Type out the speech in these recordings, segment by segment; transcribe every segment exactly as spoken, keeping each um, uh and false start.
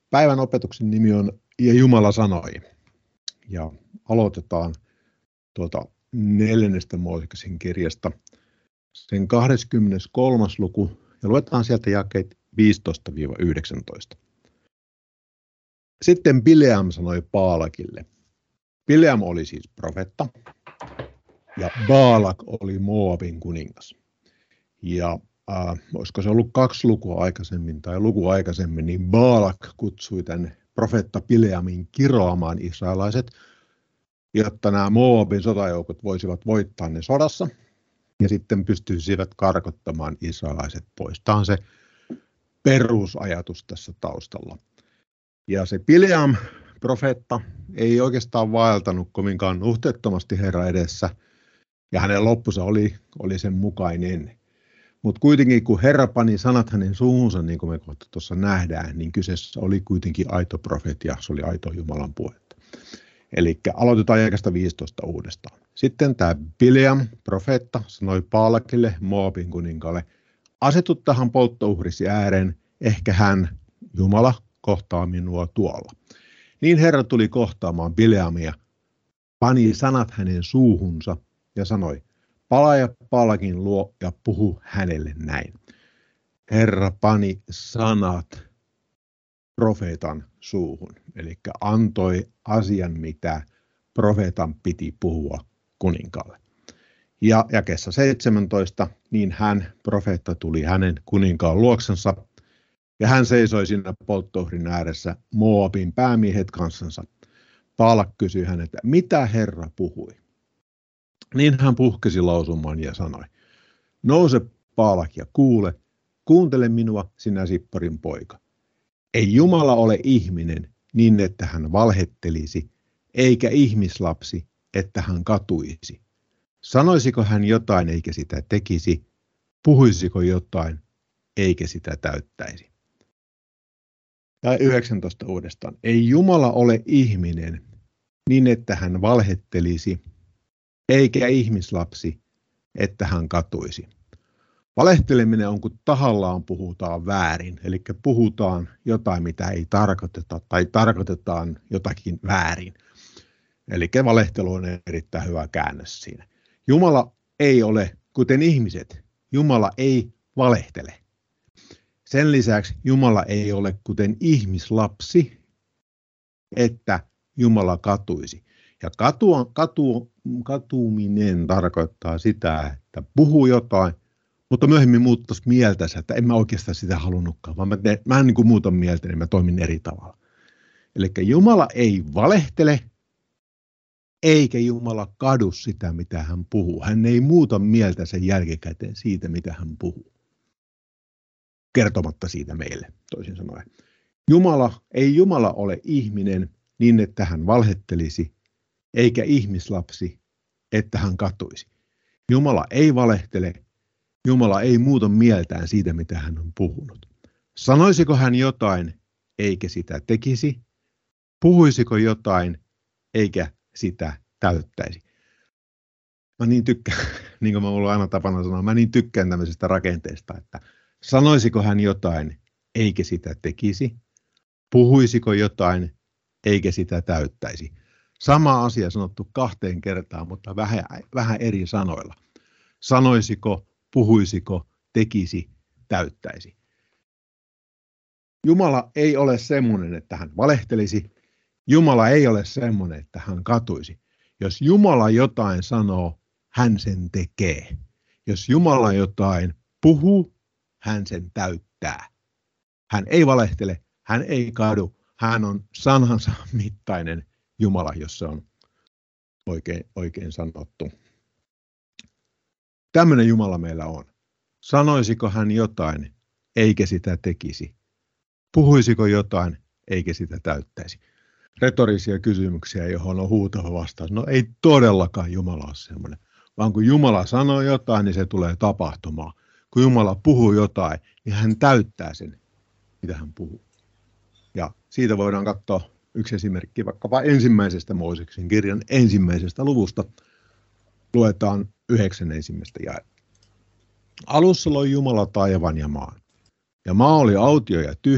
Päivän opetuksen nimi on Ja Jumala sanoi. Ja aloitetaan tuolta neljännestä Mooseksen kirjasta, sen kahdeskymmeneskolmas luku, ja luetaan sieltä jakeet viisitoista yhdeksäntoista. Sitten Bileam sanoi Baalakille. Bileam oli siis profeetta, ja Baalak oli Moabin kuningas. Ja äh, olisiko se ollut kaksi lukua aikaisemmin tai luku aikaisemmin, niin Baalak kutsui tämän profeetta Bileamin kiroamaan israelaiset, jotta nämä Moabin sotajoukot voisivat voittaa ne sodassa ja sitten pystyisivät karkottamaan israelaiset pois. Tämä on se perusajatus tässä taustalla. Ja se Bileam, profeetta, ei oikeastaan vaeltanut kovinkaan nuhteettomasti Herran edessä, ja hänen loppunsa oli, oli sen mukainen. Mutta kuitenkin kun Herra pani sanat hänen suuhunsa, niin kuin me kohta tuossa nähdään, niin kyseessä oli kuitenkin aito profeetia, se oli aito Jumalan puhetta. Eli aloitetaan jakeesta viisitoista uudestaan. Sitten tämä Bileam, profeetta, sanoi Baalakille, Moabin kuninkaalle, asetu tähän polttouhrisi ääreen, ehkä hän, Jumala, kohtaa minua tuolla. Niin Herra tuli kohtaamaan Bileamia, pani sanat hänen suuhunsa ja sanoi, palaa Baalakin luo ja puhu hänelle näin. Herra pani sanat profeetan suuhun, eli antoi asian, mitä profeetan piti puhua kuninkaalle. Ja jakeessa seitsemäntoista, niin hän, profeetta, tuli hänen kuninkaan luoksensa, ja hän seisoi siinä polttouhrin ääressä Moabin päämiehet kanssansa. Baalak kysyi häneltä, mitä Herra puhui? Niin hän puhkesi lausumaan ja sanoi, nouse Baalak ja kuule, kuuntele minua, sinä Sipporin poika. Ei Jumala ole ihminen niin, että hän valhettelisi, eikä ihmislapsi, että hän katuisi. Sanoisiko hän jotain, eikä sitä tekisi? Puhuisiko jotain, eikä sitä täyttäisi? Ja yhdeksäntoista uudestaan. Ei Jumala ole ihminen niin, että hän valhettelisi, eikä ihmislapsi, että hän katuisi. Valehteleminen on, kun tahallaan puhutaan väärin, eli puhutaan jotain, mitä ei tarkoiteta, tai tarkoitetaan jotakin väärin. Eli valehtelu on erittäin hyvä käännös siinä. Jumala ei ole, kuten ihmiset, Jumala ei valehtele. Sen lisäksi Jumala ei ole, kuten ihmislapsi, että Jumala katuisi. Ja katua, katu, katuminen tarkoittaa sitä, että puhuu jotain, mutta myöhemmin muuttaisi mieltänsä, että en mä oikeastaan sitä halunnutkaan, vaan mä, te, mä en niin kuin muuta mieltä, niin mä toimin eri tavalla. Eli Jumala ei valehtele, eikä Jumala kadu sitä, mitä hän puhuu. Hän ei muuta mieltä sen jälkikäteen siitä, mitä hän puhuu. Kertomatta siitä meille, toisin sanoen. Jumala, ei Jumala ole ihminen niin, että hän valhettelisi, eikä ihmislapsi, että hän katuisi. Jumala ei valehtele, Jumala ei muuta mieltään siitä, mitä hän on puhunut. Sanoisiko hän jotain, eikä sitä tekisi? Puhuisiko jotain, eikä sitä täyttäisi? Mä niin tykkään, niin kuin mä mulla aina tapana sanoa, mä niin tykkään tämmöisestä rakenteesta, että sanoisiko hän jotain, eikä sitä tekisi? Puhuisiko jotain, eikä sitä täyttäisi? Sama asia sanottu kahteen kertaan, mutta vähän, vähän eri sanoilla. Sanoisiko, puhuisiko, tekisi, täyttäisi. Jumala ei ole semmoinen, että hän valehtelisi. Jumala ei ole semmoinen, että hän katuisi. Jos Jumala jotain sanoo, hän sen tekee. Jos Jumala jotain puhuu, hän sen täyttää. Hän ei valehtele, hän ei kadu, hän on sanansa mittainen Jumala, jos se on oikein, oikein sanottu. Tämmöinen Jumala meillä on. Sanoisiko hän jotain, eikä sitä tekisi? Puhuisiko jotain, eikä sitä täyttäisi? Retorisia kysymyksiä, johon on huutava vastaus. No ei todellakaan Jumala ole semmoinen. Vaan kun Jumala sanoo jotain, niin se tulee tapahtumaan. Kun Jumala puhuu jotain, niin hän täyttää sen, mitä hän puhuu. Ja siitä voidaan katsoa yksi esimerkki vaikkapa ensimmäisestä Mooseksen kirjan ensimmäisestä luvusta. Luetaan yhdeksän ensimmäistä jaetta. Alussa loi Jumala taivan ja maan. Ja maa oli autio ja tyhjä,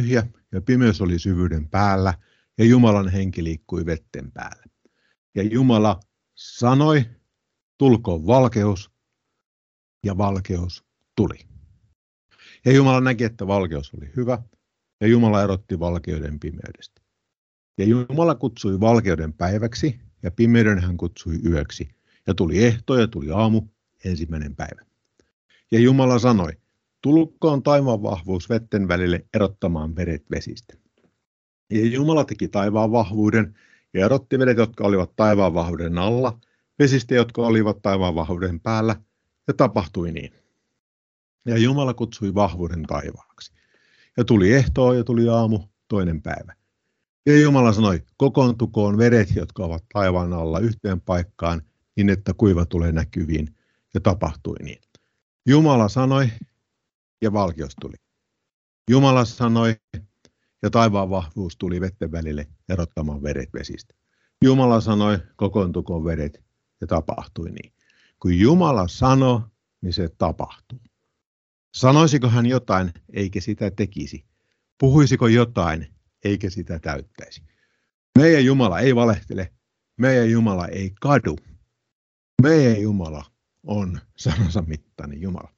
ja pimeys oli syvyyden päällä, ja Jumalan henki liikkui vetten päällä. Ja Jumala sanoi, tulkoon valkeus, ja valkeus tuli. Ja Jumala näki, että valkeus oli hyvä, ja Jumala erotti valkeuden pimeydestä. Ja Jumala kutsui valkeuden päiväksi, ja pimeyden hän kutsui yöksi. Ja tuli ehto, ja tuli aamu, ensimmäinen päivä. Ja Jumala sanoi, tulkoon taivaan vahvuus vetten välille erottamaan vedet vesistä. Ja Jumala teki taivaan vahvuuden, ja erotti vedet, jotka olivat taivaan vahvuuden alla, vesistä, jotka olivat taivaan vahvuuden päällä, ja tapahtui niin. Ja Jumala kutsui vahvuuden taivaaksi. Ja tuli ehtoo, ja tuli aamu, toinen päivä. Ja Jumala sanoi, kokoontukoon vedet, jotka ovat taivaan alla yhteen paikkaan, niin että kuiva tulee näkyviin, ja tapahtui niin. Jumala sanoi, ja valkeus tuli. Jumala sanoi, ja taivaan vahvuus tuli vetten välille erottamaan vedet vesistä. Jumala sanoi, kokoontukoon vedet, ja tapahtui niin. Kun Jumala sanoi, niin se tapahtuu. Sanoisiko hän jotain, eikä sitä tekisi? Puhuisiko jotain, eikä sitä täyttäisi? Meidän Jumala ei valehtele, meidän Jumala ei kadu. Meidän Jumala on sanansa mittainen Jumala.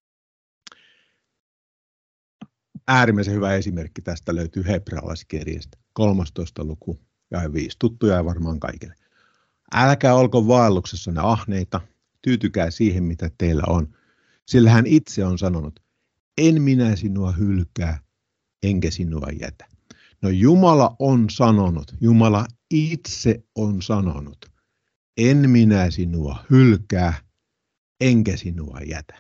Äärimmäisen hyvä esimerkki tästä löytyy hebrealaiskirjeestä, kolmastoista luku ja viisi, tuttuja varmaan kaikille. Älkää olko vaelluksessanne ahneita, tyytykää siihen mitä teillä on, sillä hän itse on sanonut, en minä sinua hylkää, enkä sinua jätä. No Jumala on sanonut, Jumala itse on sanonut, en minä sinua hylkää, enkä sinua jätä.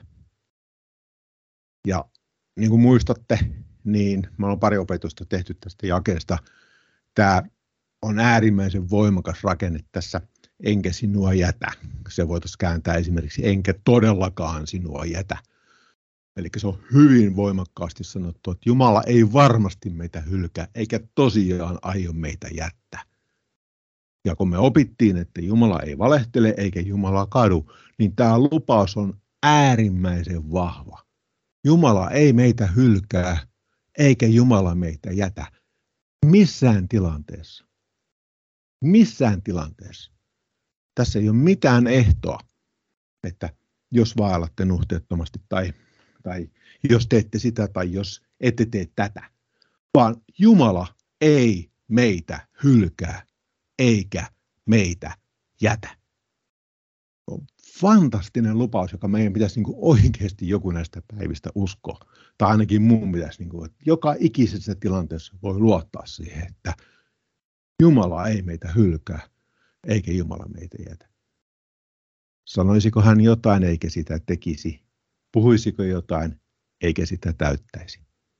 Ja niin kuin muistatte, niin me ollaan pari opetusta tehty tästä jakeesta. Tämä on äärimmäisen voimakas rakenne tässä, enkä sinua jätä. Se voitaisiin kääntää esimerkiksi, enkä todellakaan sinua jätä. Eli se on hyvin voimakkaasti sanottu, että Jumala ei varmasti meitä hylkää, eikä tosiaan aio meitä jättää. Ja kun me opittiin, että Jumala ei valehtele eikä Jumala kadu, niin tämä lupaus on äärimmäisen vahva. Jumala ei meitä hylkää, eikä Jumala meitä jätä. Missään tilanteessa. Missään tilanteessa. Tässä ei ole mitään ehtoa, että jos vaellatte nuhteettomasti tai, tai jos teette sitä tai jos ette tee tätä. Vaan Jumala ei meitä hylkää, eikä meitä jätä. On fantastinen lupaus, joka meidän pitäisi niin kuin oikeasti joku näistä päivistä uskoa. Tai ainakin mun pitäisi, niin kuin, että joka ikisessä tilanteessa voi luottaa siihen, että Jumala ei meitä hylkää, eikä Jumala meitä jätä. Sanoisiko hän jotain, eikä sitä tekisi? Puhuisiko jotain, eikä sitä täyttäisi?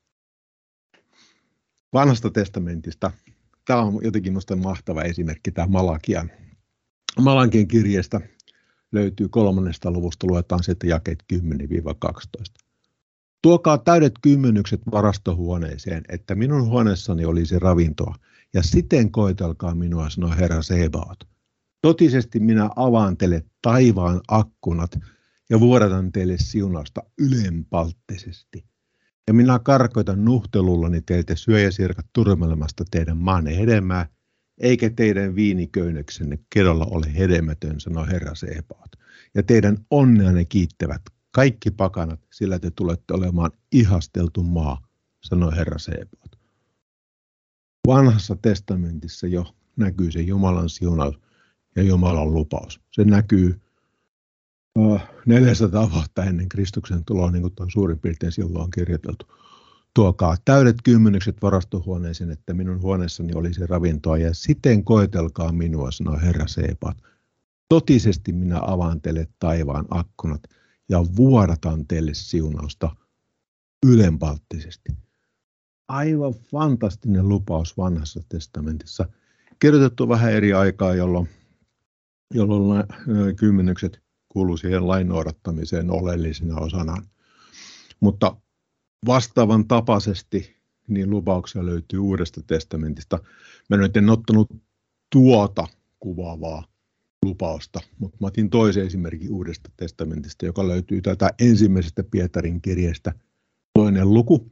Vanhasta testamentista. Tämä on jotenkin minusta mahtava esimerkki, tämä Malakian. Malakian kirjeestä löytyy kolmannesta luvusta, luetaan sitten jakeet kymmenen kaksitoista. Tuokaa täydet kymmenykset varastohuoneeseen, että minun huoneessani olisi ravintoa, ja siten koetelkaa minua, sanoi Herra Sebaot. Totisesti minä avaan teille taivaan akkunat ja vuodatan teille siunausta ylenpalttisesti. Ja minä karkoitan nuhtelullani teiltä syöjäsirkat turmelemasta teidän maanne hedelmää, eikä teidän viiniköynnöksenne kedolla ole hedelmätön, sanoi Herra Sebaot. Ja teidän onneanne kiittävät kaikki pakanat, sillä te tulette olemaan ihasteltu maa, sanoi Herra Sebaot. Vanhassa testamentissa jo näkyy se Jumalan siunaus ja Jumalan lupaus. Se näkyy neljäsataa vuotta ennen Kristuksen tuloa, niin kuin tuo suurin piirtein silloin on kirjoiteltu. Tuokaa täydet kymmenykset varastohuoneeseen, että minun huoneessani olisi ravintoa, ja siten koetelkaa minua, sanoi Herra Sebaot. Totisesti minä avaan teille taivaan akkunat ja vuodatan teille siunausta ylenpalttisesti. Aivan fantastinen lupaus vanhassa testamentissa. Kirjoitettu vähän eri aikaa, jolloin, jolloin kymmenykset kuuluu siihen lain noudattamiseen oleellisena osanaan. Mutta vastaavan tapaisesti niin lupauksia löytyy Uudesta testamentista. Mä nyt en ottanut tuota kuvaavaa lupausta, mutta mä otin toisen esimerkin Uudesta testamentista, joka löytyy tätä ensimmäisestä Pietarin kirjeestä, toinen luku.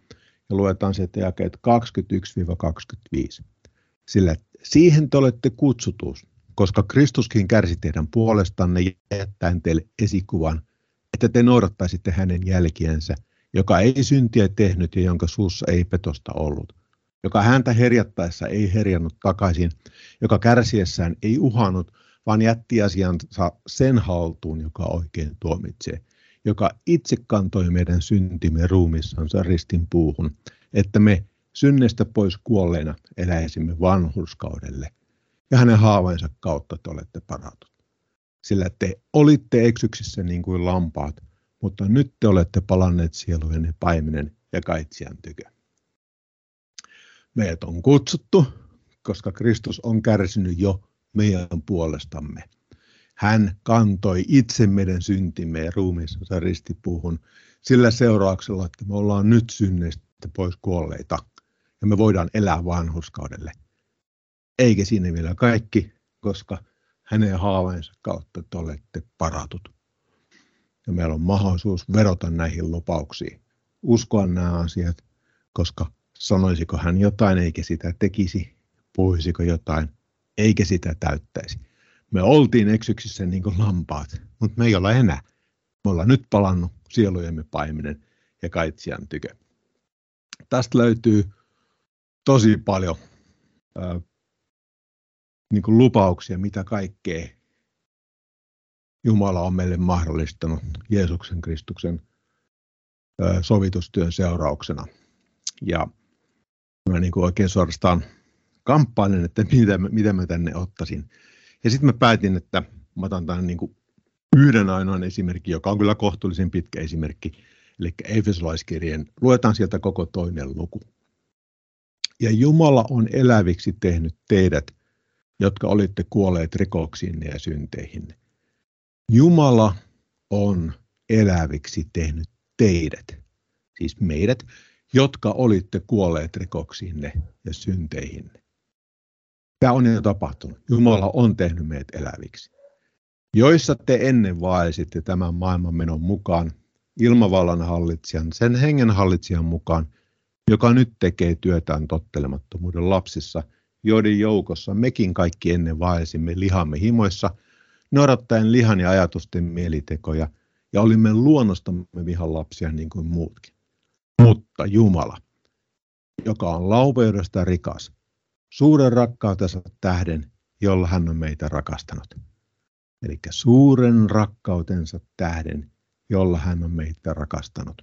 ja luetaan sieltä jakeet kaksikymmentäyksi kaksikymmentäviisi. Sillä siihen te olette kutsutus, koska Kristuskin kärsi teidän puolestanne jättäen teille esikuvan, että te noudattaisitte hänen jälkiensä, joka ei syntiä tehnyt ja jonka suussa ei petosta ollut, joka häntä herjattaessa ei herjannut takaisin, joka kärsiessään ei uhannut, vaan jätti asiansa sen haltuun, joka oikein tuomitsee, joka itse kantoi meidän syntimme ruumissansa ristin puuhun, että me synnestä pois kuolleena eläisimme vanhurskaudelle, ja hänen haavainsa kautta te olette parantunut. Sillä te olitte eksyksissä niin kuin lampaat, mutta nyt te olette palanneet sielujenne paimenen ja kaitsijan tykö. Meidät on kutsuttu, koska Kristus on kärsinyt jo meidän puolestamme. Hän kantoi itse meidän syntimme ja ruumiissansa ristipuuhun sillä seurauksella, että me ollaan nyt synneistä pois kuolleita ja me voidaan elää vanhurskaudelle. Eikä siinä vielä kaikki, koska hänen haavainsa kautta te olette paratut. Ja meillä on mahdollisuus vedota näihin lupauksiin, uskoa nämä asiat, koska sanoisiko hän jotain eikä sitä tekisi, puhuisiko jotain eikä sitä täyttäisi. Me oltiin eksyksissä niin kuin lampaat, mutta me ei olla enää. Me ollaan nyt palannut sielujemme paimenen ja kaitsijan tykö. Tästä löytyy tosi paljon ää, niin kuin lupauksia, mitä kaikkea Jumala on meille mahdollistanut Jeesuksen Kristuksen ää, sovitustyön seurauksena. Ja mä niin kuin oikein suorastaan kamppailen, että mitä, mitä mä tänne ottaisin. Ja sitten mä päätin, että mä otan tämän niin kuin yhden ainoan esimerkin, joka on kyllä kohtuullisen pitkä esimerkki. Eli Efesolaiskirjeen, luetaan sieltä koko toinen luku. Ja Jumala on eläviksi tehnyt teidät, jotka olitte kuolleet rikoksiinne ja synteihinne. Jumala on eläviksi tehnyt teidät, siis meidät, jotka olitte kuolleet rikoksiinne ja synteihinne. Tämä on jo tapahtunut. Jumala on tehnyt meidät eläviksi, joissa te ennen vaelsitte tämän maailmanmenon mukaan, ilmavallan hallitsijan, sen hengen hallitsijan mukaan, joka nyt tekee työtään tottelemattomuuden lapsissa, joiden joukossa mekin kaikki ennen vaelsimme lihamme himoissa, noudattaen lihan ja ajatusten mielitekoja, ja olimme luonnostamme vihan lapsia niin kuin muutkin. Mutta Jumala, joka on laupeudesta rikas, suuren rakkautensa tähden, jolla hän on meitä rakastanut. Eli suuren rakkautensa tähden, jolla hän on meitä rakastanut,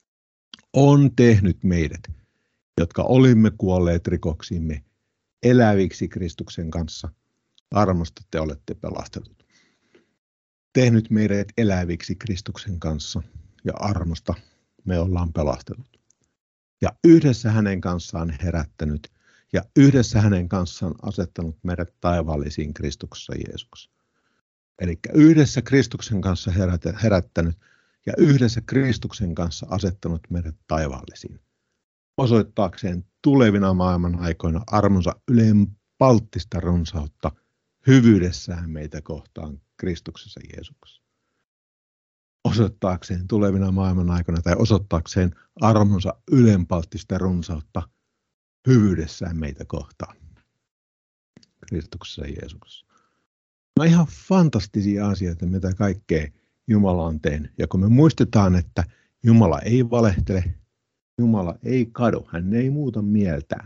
on tehnyt meidät, jotka olimme kuolleet rikoksiimme, eläviksi Kristuksen kanssa. Armosta te olette pelastetut. Tehnyt meidät eläviksi Kristuksen kanssa ja armosta me ollaan pelastetut. Ja yhdessä hänen kanssaan herättänyt ja yhdessä hänen kanssaan asettanut meidät taivaallisiin Kristuksessa Jeesuksessa. Eli yhdessä Kristuksen kanssa herättänyt ja yhdessä Kristuksen kanssa asettanut meidät taivaallisiin, osoittaakseen tulevina maailman aikoina armonsa ylenpalttista runsautta hyvyydessään meitä kohtaan Kristuksessa Jeesuksessa. Osoittaakseen tulevina maailman aikoina tai osoittaakseen armonsa ylenpalttista runsautta hyvyydessään meitä kohtaan Kristuksessa Jeesuksessa. No ihan fantastisia asioita, mitä kaikkea Jumala on tehnyt. Ja kun me muistetaan, että Jumala ei valehtele, Jumala ei kadu, hän ei muuta mieltään.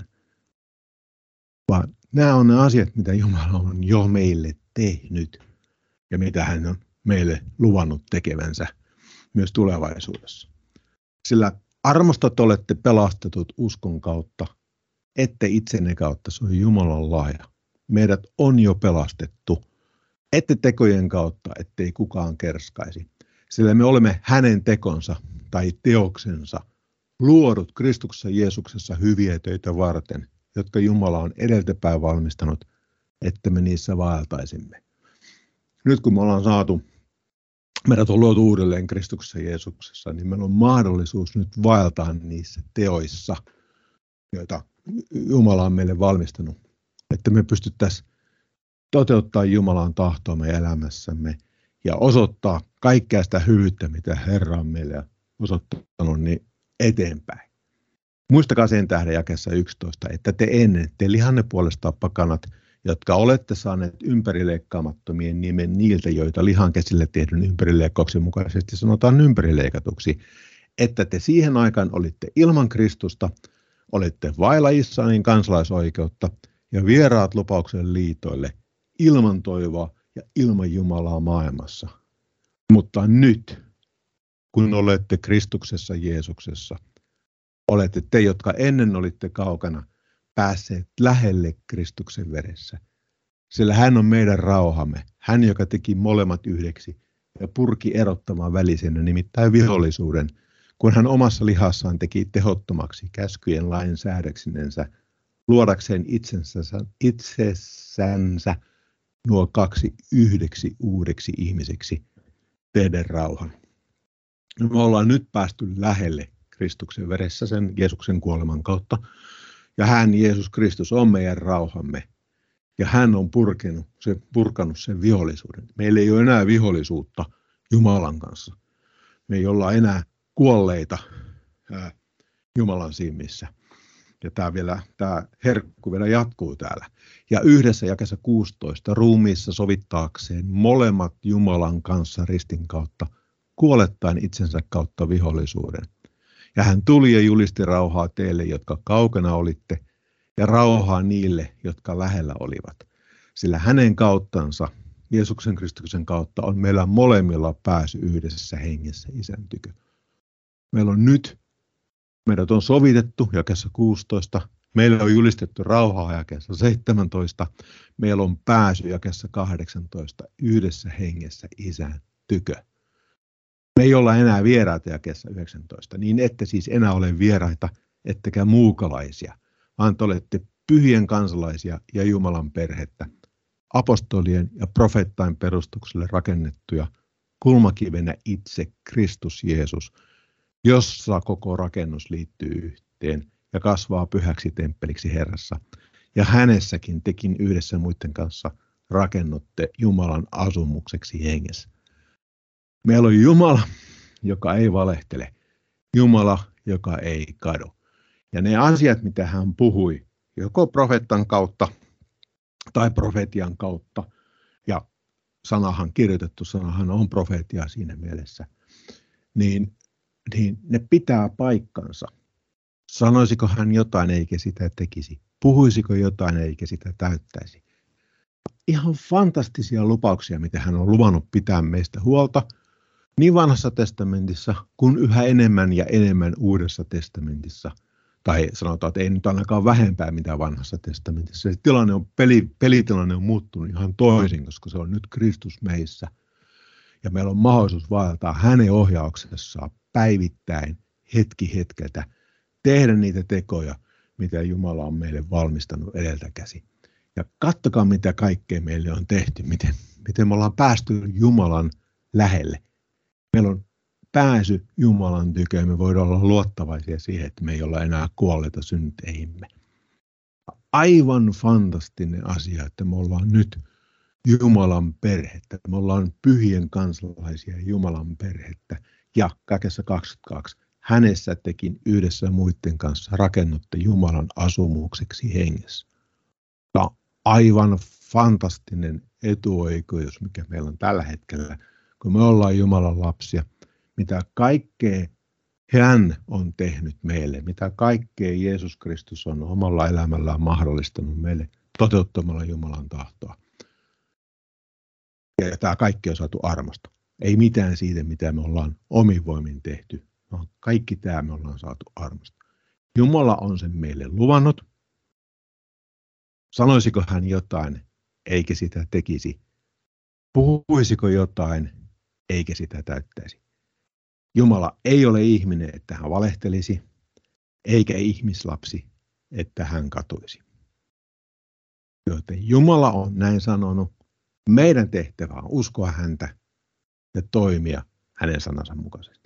Vaan nämä on ne asiat, mitä Jumala on jo meille tehnyt ja mitä hän on meille luvannut tekevänsä myös tulevaisuudessa. Sillä armosta te olette pelastetut uskon kautta, ette itsenne kautta, se on Jumalan lahja. Meidät on jo pelastettu, ette tekojen kautta, ettei kukaan kerskaisi. Sillä me olemme hänen tekonsa tai teoksensa luodut Kristuksessa Jeesuksessa hyviä töitä varten, jotka Jumala on edeltäpäin valmistanut, että me niissä vaeltaisimme. Nyt kun me ollaan saatu, meidät on luotu uudelleen Kristuksessa Jeesuksessa, niin meillä on mahdollisuus nyt vaeltaa niissä teoissa, joita Jumala on meille valmistanut, että me pystyttäisiin toteuttaa Jumalan tahtoa meidän elämässämme ja osoittaa kaikkea sitä hyvyyttä, mitä Herra on meille osoittanut, niin eteenpäin. Muistakaa sen tähden jakeessa yksitoista, että te ennen, te lihanne puolestaan pakanat, jotka olette saaneet ympärileikkaamattomien nimen niiltä, joita lihan käsille tehdyn ympärileikkauksen mukaisesti sanotaan ympärileikatuksi, että te siihen aikaan olitte ilman Kristusta, olitte vailla Israelin kansalaisoikeutta ja vieraat lupauksen liitoille, ilman toivoa ja ilman Jumalaa maailmassa. Mutta nyt, kun olette Kristuksessa Jeesuksessa, olette te, jotka ennen olitte kaukana, päässeet lähelle Kristuksen veressä. Sillä hän on meidän rauhamme, hän joka teki molemmat yhdeksi ja purki erottamaan välisenä, nimittäin vihollisuuden, kun hän omassa lihassaan teki tehottomaksi käskyjen lain säädöksinensä, luodakseen itsensä, itsessänsä nuo kaksi yhdeksi uudeksi ihmiseksi, tehden rauhan. Me ollaan nyt päästy lähelle Kristuksen veressä sen Jeesuksen kuoleman kautta. Ja hän, Jeesus Kristus, on meidän rauhamme. Ja hän on purkenut, se, purkanut sen vihollisuuden. Meillä ei ole enää vihollisuutta Jumalan kanssa. Me ei olla enää kuolleita ää, Jumalan silmissä. Ja tämä, vielä, tämä herkku vielä jatkuu täällä. Ja yhdessä jakeessa kuusitoista ruumiissa sovittaakseen molemmat Jumalan kanssa ristin kautta, kuolettaen itsensä kautta vihollisuuden. Ja hän tuli ja julisti rauhaa teille, jotka kaukana olitte, ja rauhaa niille, jotka lähellä olivat. Sillä hänen kauttansa, Jeesuksen Kristuksen kautta, on meillä molemmilla pääsy yhdessä hengessä Isän tykö. Meillä on nyt, meidät on sovitettu jakeessa kuusitoista, meillä on julistettu rauhaa jakeessa seitsemäntoista, meillä on pääsy jakeessa kahdeksantoista yhdessä hengessä Isän tykö. Me ei olla enää vieraita jakeessa yhdeksäntoista, niin ette siis enää ole vieraita, ettekä muukalaisia, vaan te olette pyhien kansalaisia ja Jumalan perhettä, apostolien ja profeettain perustukselle rakennettuja, kulmakivenä itse Kristus Jeesus, jossa koko rakennus liittyy yhteen ja kasvaa pyhäksi temppeliksi Herrassa. Ja hänessäkin tekin yhdessä muiden kanssa rakennutte Jumalan asumukseksi hengessä. Meillä on Jumala, joka ei valehtele, Jumala, joka ei kadu. Ja ne asiat, mitä hän puhui, joko profeetan kautta tai profetian kautta, ja sanahan, kirjoitettu sanahan on profetia siinä mielessä, niin, niin ne pitää paikkansa. Sanoisiko hän jotain eikä sitä tekisi? Puhuisiko jotain eikä sitä täyttäisi? Ihan fantastisia lupauksia, mitä hän on luvannut pitää meistä huolta, niin vanhassa testamentissa kuin yhä enemmän ja enemmän uudessa testamentissa. Tai sanotaan, että ei nyt ainakaan vähempää mitä vanhassa testamentissa. Se tilanne on, peli, pelitilanne on muuttunut ihan toisin, koska se on nyt Kristus meissä. Ja meillä on mahdollisuus vaeltaa hänen ohjauksessaan päivittäin, hetki hetkeltä, tehdä niitä tekoja, mitä Jumala on meille valmistanut edeltä käsin. Ja katsokaa, mitä kaikkea meille on tehty, miten, miten me ollaan päästy Jumalan lähelle. Meillä on pääsy Jumalan tykö ja me voidaan olla luottavaisia siihen, että me ei olla enää kuolleita synteihimme. Aivan fantastinen asia, että me ollaan nyt Jumalan perhettä. Me ollaan pyhien kansalaisia Jumalan perhettä. Ja jakessa kaksikymmentäkaksi. Hänessä tekin yhdessä muiden kanssa rakennutte Jumalan asumukseksi hengessä. Ja aivan fantastinen etuoikeus, mikä meillä on tällä hetkellä, kun me ollaan Jumalan lapsia, mitä kaikkea hän on tehnyt meille, mitä kaikkea Jeesus Kristus on omalla elämällään mahdollistanut meille toteuttamalla Jumalan tahtoa. Ja tämä kaikki on saatu armosta. Ei mitään siitä, mitä me ollaan omin voimin tehty. No, kaikki tämä me ollaan saatu armosta. Jumala on sen meille luvannut. Sanoisiko hän jotain, eikä sitä tekisi? Puhuisiko jotain, eikä sitä täyttäisi? Jumala ei ole ihminen, että hän valehtelisi, eikä ihmislapsi, että hän katuisi. Joten Jumala on näin sanonut. Meidän tehtävä on uskoa häntä ja toimia hänen sanansa mukaisesti.